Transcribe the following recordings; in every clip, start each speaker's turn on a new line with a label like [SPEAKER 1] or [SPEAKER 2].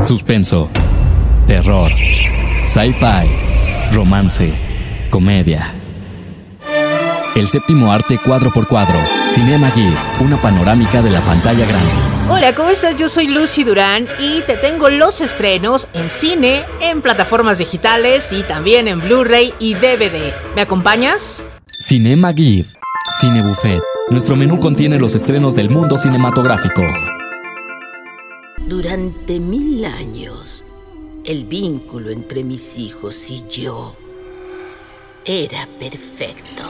[SPEAKER 1] Suspenso, terror, sci-fi, romance, comedia. El séptimo arte cuadro por cuadro. Cinema Geek, una panorámica de la pantalla grande.
[SPEAKER 2] Hola, ¿cómo estás? Yo soy Lucy Durán y te tengo los estrenos en cine, en plataformas digitales y también en Blu-ray y DVD. ¿Me acompañas?
[SPEAKER 1] Cinema Geek, Cine Buffet. Nuestro menú contiene los estrenos del mundo cinematográfico.
[SPEAKER 3] Durante 1000 años, el vínculo entre mis hijos y yo era perfecto.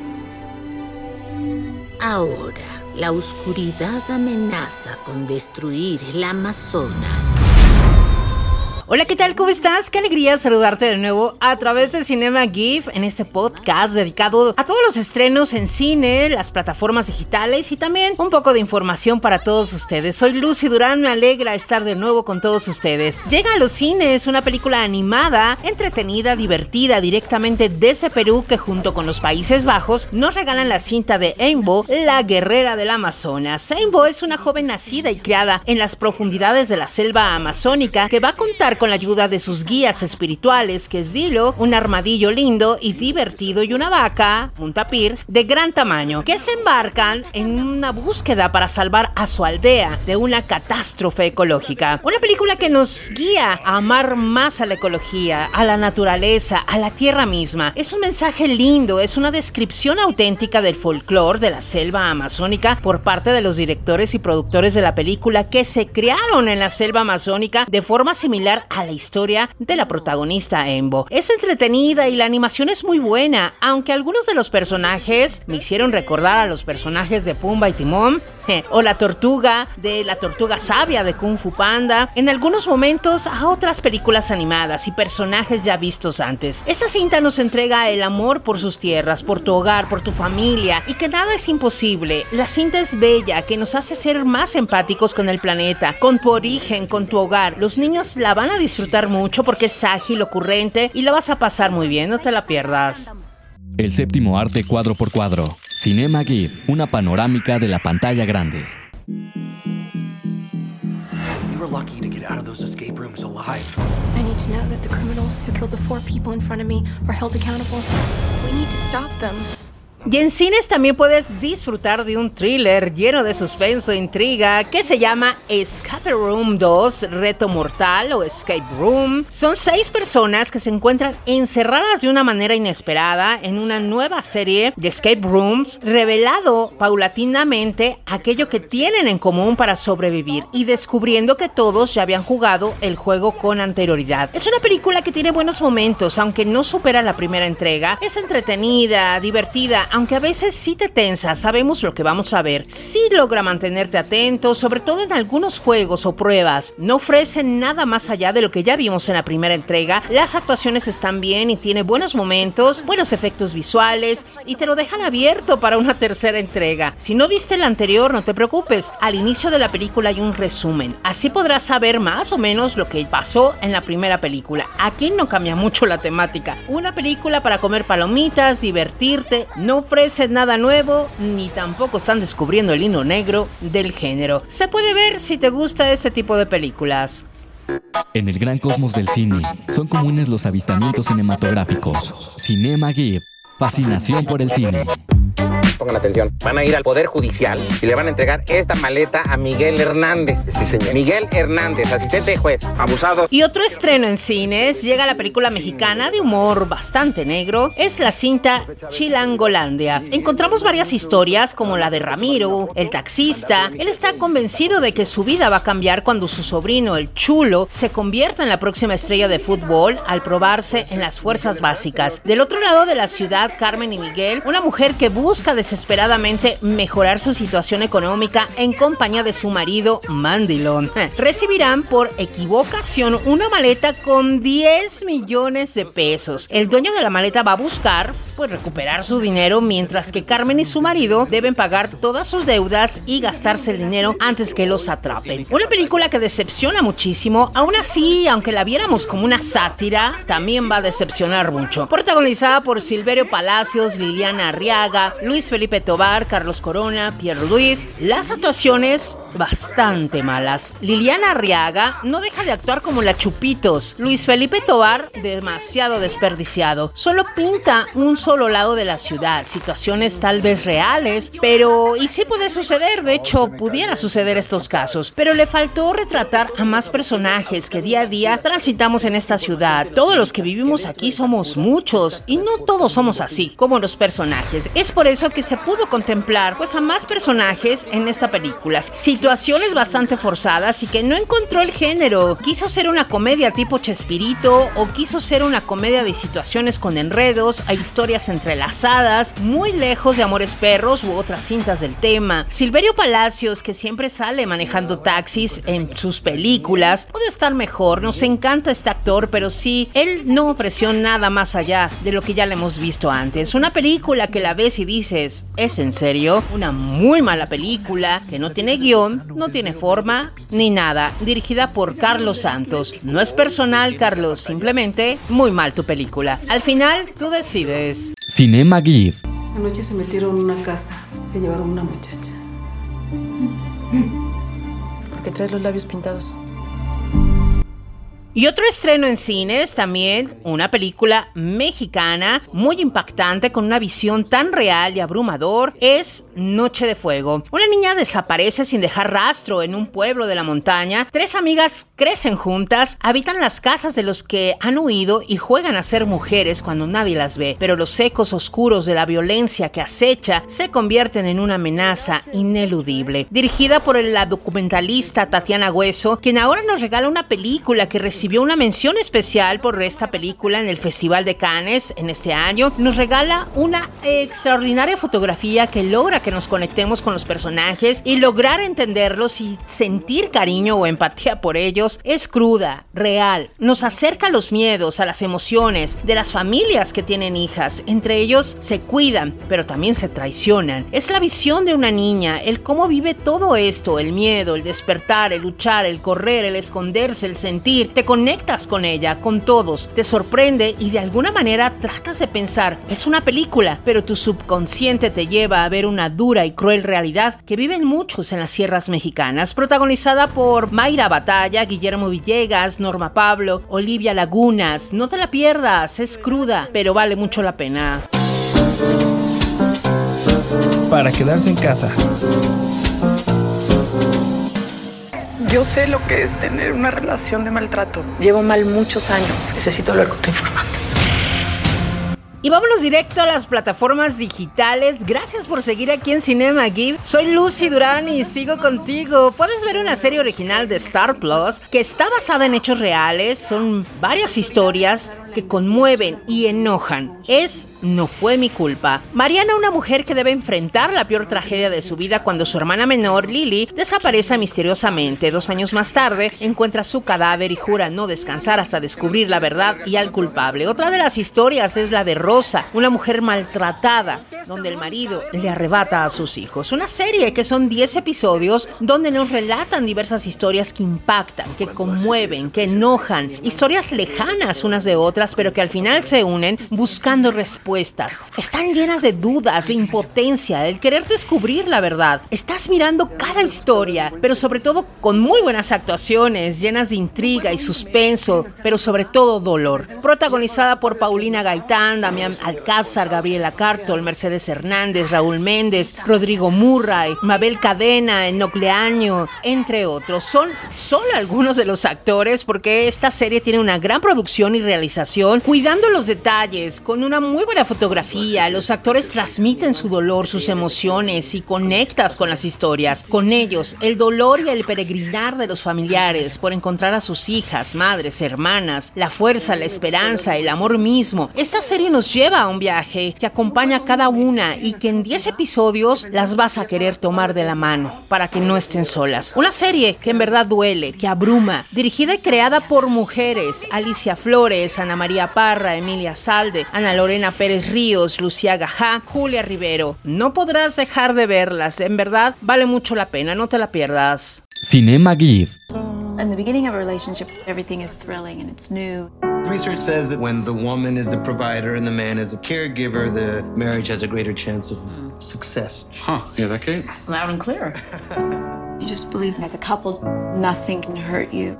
[SPEAKER 3] Ahora, la oscuridad amenaza con destruir el Amazonas.
[SPEAKER 2] Hola, ¿qué tal? ¿Cómo estás? Qué alegría saludarte de nuevo a través de Cinema GIF en este podcast dedicado a todos los estrenos en cine, las plataformas digitales y también un poco de información para todos ustedes. Soy Lucy Durán, me alegra estar de nuevo con todos ustedes. Llega a los cines una película animada, entretenida, divertida, directamente desde Perú, que junto con los Países Bajos nos regalan la cinta de Aimbo, la guerrera del Amazonas. Aimbo es una joven nacida y criada en las profundidades de la selva amazónica que va a contar con la ayuda de sus guías espirituales, que es Dilo, un armadillo lindo y divertido, y una vaca, un tapir, de gran tamaño, que se embarcan en una búsqueda para salvar a su aldea de una catástrofe ecológica. Una película que nos guía a amar más a la ecología, a la naturaleza, a la tierra misma. Es un mensaje lindo, es una descripción auténtica del folclore de la selva amazónica por parte de los directores y productores de la película, que se crearon en la selva amazónica de forma similar a la historia de la protagonista Aimbo. Es entretenida y la animación es muy buena, aunque algunos de los personajes me hicieron recordar a los personajes de Pumba y Timón, o la tortuga sabia de Kung Fu Panda, en algunos momentos a otras películas animadas y personajes ya vistos antes. Esta cinta nos entrega el amor por sus tierras, por tu hogar, por tu familia, y que nada es imposible. La cinta es bella, que nos hace ser más empáticos con el planeta, con tu origen, con tu hogar. Los niños la van a disfrutar mucho porque es ágil, ocurrente y la vas a pasar muy bien, no te la pierdas.
[SPEAKER 1] El séptimo arte cuadro por cuadro. Cinema GIF, una panorámica de la pantalla grande.
[SPEAKER 4] We were lucky to get out of those escape rooms alive.
[SPEAKER 5] I need to know that the criminals who killed the 4 people in front of me are held accountable. We need to stop them.
[SPEAKER 2] Y en cines también puedes disfrutar de un thriller lleno de suspenso e intriga que se llama Escape Room 2, Reto Mortal o Escape Room. Son 6 personas que se encuentran encerradas de una manera inesperada en una nueva serie de escape rooms, revelado paulatinamente aquello que tienen en común para sobrevivir y descubriendo que todos ya habían jugado el juego con anterioridad. Es una película que tiene buenos momentos, aunque no supera la primera entrega. Es entretenida, divertida, aunque a veces sí te tensa, sabemos lo que vamos a ver. Sí logra mantenerte atento, sobre todo en algunos juegos o pruebas. No ofrecen nada más allá de lo que ya vimos en la primera entrega. Las actuaciones están bien y tiene buenos momentos, buenos efectos visuales y te lo dejan abierto para una tercera entrega. Si no viste la anterior, no te preocupes. Al inicio de la película hay un resumen. Así podrás saber más o menos lo que pasó en la primera película. Aquí no cambia mucho la temática. Una película para comer palomitas, divertirte, no ofrece nada nuevo, ni tampoco están descubriendo el hilo negro del género. Se puede ver si te gusta este tipo de películas.
[SPEAKER 1] En el gran cosmos del cine, son comunes los avistamientos cinematográficos. Cinema GIF, fascinación por el cine.
[SPEAKER 6] Pongan atención, van a ir al Poder Judicial y le van a entregar esta maleta a Miguel Hernández. Sí, señor. Miguel Hernández, asistente de juez, abusado.
[SPEAKER 2] Y otro estreno en cines, llega la película mexicana de humor bastante negro, es la cinta Chilangolandia. Encontramos varias historias como la de Ramiro, el taxista. Él está convencido de que su vida va a cambiar cuando su sobrino, el Chulo, se convierta en la próxima estrella de fútbol al probarse en las fuerzas básicas. Del otro lado de la ciudad, Carmen y Miguel, una mujer que busca desesperadamente mejorar su situación económica en compañía de su marido mandilón. Recibirán por equivocación una maleta con 10 millones de pesos. El dueño de la maleta va a buscar recuperar su dinero, mientras que Carmen y su marido deben pagar todas sus deudas y gastarse el dinero antes que los atrapen. Una película que decepciona muchísimo. Aún así, aunque la viéramos como una sátira, también va a decepcionar mucho. Protagonizada por Silverio Palacios, Liliana Arriaga, Luis Felipe Felipe Tovar, Carlos Corona, Pierre Luis. Las actuaciones bastante malas. Liliana Arriaga no deja de actuar como la Chupitos. Luis Felipe Tovar, demasiado desperdiciado. Solo pinta un solo lado de la ciudad, situaciones tal vez reales, pero y sí puede suceder, de hecho pudiera suceder estos casos, pero le faltó retratar a más personajes que día a día transitamos en esta ciudad. Todos los que vivimos aquí somos muchos y no todos somos así como los personajes. Es por eso que se pudo contemplar pues a más personajes en esta película. Situaciones bastante forzadas y que no encontró el género. Quiso ser una comedia tipo Chespirito o quiso ser una comedia de situaciones con enredos, a historias entrelazadas, muy lejos de Amores Perros u otras cintas del tema. Silverio Palacios, que siempre sale manejando taxis en sus películas, puede estar mejor. Nos encanta este actor, pero sí, él no ofreció nada más allá de lo que ya le hemos visto antes. Una película que la ves y dices, ¿es en serio? Una muy mala película que no tiene guión, no tiene forma ni nada, dirigida por Carlos Santos. No es personal, Carlos, simplemente muy mal tu película. Al final, tú decides.
[SPEAKER 1] Cinema GIF.
[SPEAKER 7] Anoche se metieron en una casa, se llevaron una muchacha.
[SPEAKER 5] ¿Por qué traes los labios pintados?
[SPEAKER 2] Y otro estreno en cines, también una película mexicana muy impactante con una visión tan real y abrumador, es Noche de Fuego. Una niña desaparece sin dejar rastro en un pueblo de la montaña. 3 amigas crecen juntas, habitan las casas de los que han huido y juegan a ser mujeres cuando nadie las ve. Pero los ecos oscuros de la violencia que acecha se convierten en una amenaza ineludible. Dirigida por la documentalista Tatiana Hueso, quien ahora nos regala una película que recibió una mención especial por esta película en el Festival de Cannes en este año. Nos regala una extraordinaria fotografía que logra que nos conectemos con los personajes y lograr entenderlos y sentir cariño o empatía por ellos. Es cruda, real, nos acerca a los miedos, a las emociones de las familias que tienen hijas. Entre ellos se cuidan, pero también se traicionan. Es la visión de una niña, el cómo vive todo esto, el miedo, el despertar, el luchar, el correr, el esconderse, el sentir. Te conectas con ella, con todos, te sorprende y de alguna manera tratas de pensar, es una película, pero tu subconsciente te lleva a ver una dura y cruel realidad que viven muchos en las sierras mexicanas. Protagonizada por Mayra Batalla, Guillermo Villegas, Norma Pablo, Olivia Lagunas. No te la pierdas, es cruda, pero vale mucho la pena.
[SPEAKER 8] Para quedarse en casa.
[SPEAKER 7] Yo sé lo que es tener una relación de maltrato. Llevo mal muchos años. Necesito hablar con tu informante.
[SPEAKER 2] Y vámonos directo a las plataformas digitales. Gracias por seguir aquí en Cinema GIF. Soy Lucy Durán y sigo contigo. Puedes ver una serie original de Star Plus que está basada en hechos reales. Son varias historias que conmueven y enojan. No fue mi culpa. Mariana, una mujer que debe enfrentar la peor tragedia de su vida cuando su hermana menor, Lily, desaparece misteriosamente. 2 años más tarde, encuentra su cadáver y jura no descansar hasta descubrir la verdad y al culpable. Otra de las historias es la de Rosa, una mujer maltratada, donde el marido le arrebata a sus hijos. Una serie que son 10 episodios donde nos relatan diversas historias que impactan, que conmueven, que enojan. Historias lejanas unas de otras, pero que al final se unen buscando respuestas. Están llenas de dudas, de impotencia, el querer descubrir la verdad. Estás mirando cada historia, pero sobre todo con muy buenas actuaciones, llenas de intriga y suspenso, pero sobre todo dolor. Protagonizada por Paulina Gaitán, Damián Alcázar, Gabriela Cartol, Mercedes Hernández, Raúl Méndez, Rodrigo Murray, Mabel Cadena, Enoc Leaño, entre otros. Son solo algunos de los actores porque esta serie tiene una gran producción y realización, cuidando los detalles, con una muy buena fotografía. Los actores transmiten su dolor, sus emociones y conectas con las historias. Con ellos, el dolor y el peregrinar de los familiares por encontrar a sus hijas, madres, hermanas, la fuerza, la esperanza, el amor mismo. Esta serie nos lleva a un viaje que acompaña a cada una y que en 10 episodios las vas a querer tomar de la mano para que no estén solas. Una serie que en verdad duele, que abruma, dirigida y creada por mujeres: Alicia Flores, Ana María Parra, Emilia Salde, Ana Lorena Pérez Ríos, Lucía Gajá, Julia Rivero. No podrás dejar de verlas, en verdad vale mucho la pena, no te la pierdas.
[SPEAKER 1] Cinema GIF.
[SPEAKER 9] In the beginning of a relationship, everything is thrilling and it's new. Research says that when the woman is the provider and the man is a caregiver, the marriage has a greater chance of success.
[SPEAKER 10] Huh, yeah, that Kate?
[SPEAKER 3] Loud and clear.
[SPEAKER 5] You just believe as a couple, nothing can hurt you.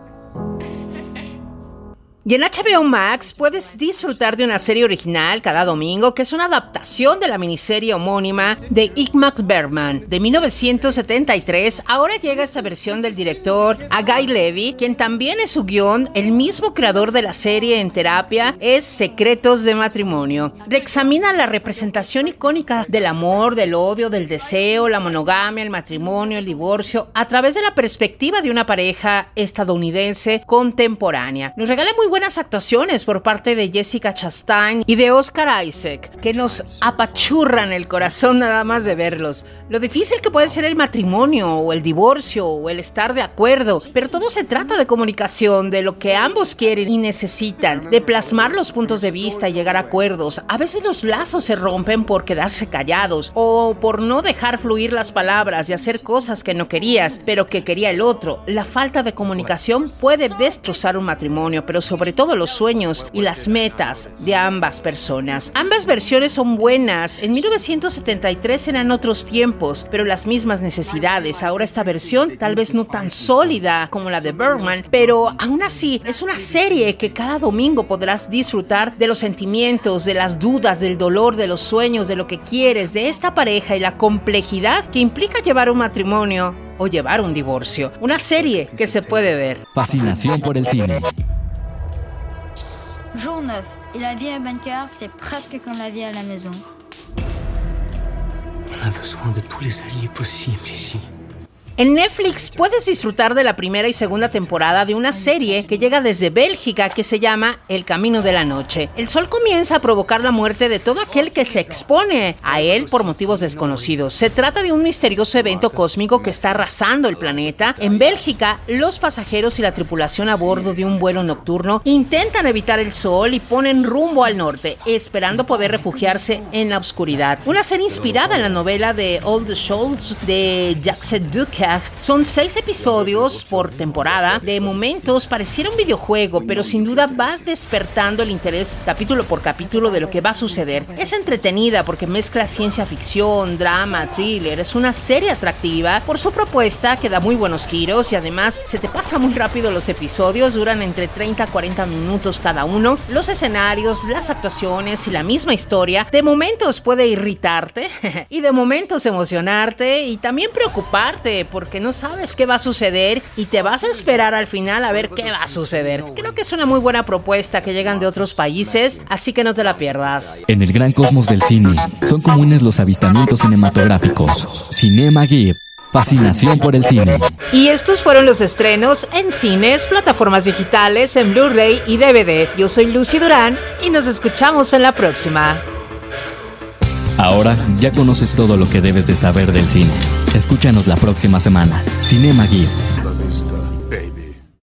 [SPEAKER 2] Y en HBO Max puedes disfrutar de una serie original cada domingo que es una adaptación de la miniserie homónima de Ingmar Bergman de 1973. Ahora llega esta versión del director Guy Levy, quien también es su guión. El mismo creador de la serie en terapia es Secretos de Matrimonio. Reexamina la representación icónica del amor, del odio, del deseo, la monogamia, el matrimonio, el divorcio, a través de la perspectiva de una pareja estadounidense contemporánea. Nos regala muy buenas actuaciones por parte de Jessica Chastain y de Oscar Isaac, que nos apachurran el corazón nada más de verlos. Lo difícil que puede ser el matrimonio o el divorcio o el estar de acuerdo, pero todo se trata de comunicación, de lo que ambos quieren y necesitan, de plasmar los puntos de vista y llegar a acuerdos. A veces los lazos se rompen por quedarse callados o por no dejar fluir las palabras y hacer cosas que no querías, pero que quería el otro. La falta de comunicación puede destrozar un matrimonio, pero sobre todo los sueños y las metas de ambas personas. Ambas versiones son buenas. En 1973 eran otros tiempos, pero las mismas necesidades. Ahora esta versión tal vez no tan sólida como la de Bergman, pero aún así es una serie que cada domingo podrás disfrutar de los sentimientos, de las dudas, del dolor, de los sueños, de lo que quieres, de esta pareja y la complejidad que implica llevar un matrimonio o llevar un divorcio. Una serie que se puede ver.
[SPEAKER 1] Fascinación por el cine.
[SPEAKER 11] Jour 9, et la vie à Bunker, c'est presque comme la vie à la maison.
[SPEAKER 9] On a besoin de tous les alliés possibles ici.
[SPEAKER 2] En Netflix puedes disfrutar de la primera y segunda temporada de una serie que llega desde Bélgica que se llama El Camino de la Noche. El sol comienza a provocar la muerte de todo aquel que se expone a él por motivos desconocidos. Se trata de un misterioso evento cósmico que está arrasando el planeta. En Bélgica, los pasajeros y la tripulación a bordo de un vuelo nocturno intentan evitar el sol y ponen rumbo al norte, esperando poder refugiarse en la oscuridad. Una serie inspirada en la novela de All the Souls de Jacques Duquesne. Son 6 episodios por temporada. De momentos pareciera un videojuego, pero sin duda va despertando el interés capítulo por capítulo de lo que va a suceder. Es entretenida porque mezcla ciencia ficción, drama, thriller. Es una serie atractiva por su propuesta que da muy buenos giros y además se te pasa muy rápido los episodios. Duran entre 30 a 40 minutos cada uno. Los escenarios, las actuaciones y la misma historia de momentos puede irritarte y de momentos emocionarte y también preocuparte porque no sabes qué va a suceder y te vas a esperar al final a ver qué va a suceder. Creo que es una muy buena propuesta que llegan de otros países, así que no te la pierdas.
[SPEAKER 1] En el gran cosmos del cine, son comunes los avistamientos cinematográficos. Cinema Geek. Fascinación por el cine.
[SPEAKER 2] Y estos fueron los estrenos en cines, plataformas digitales, en Blu-ray y DVD. Yo soy Lucy Durán y nos escuchamos en la próxima.
[SPEAKER 1] Ahora ya conoces todo lo que debes de saber del cine. Escúchanos la próxima semana. Cinema Geek.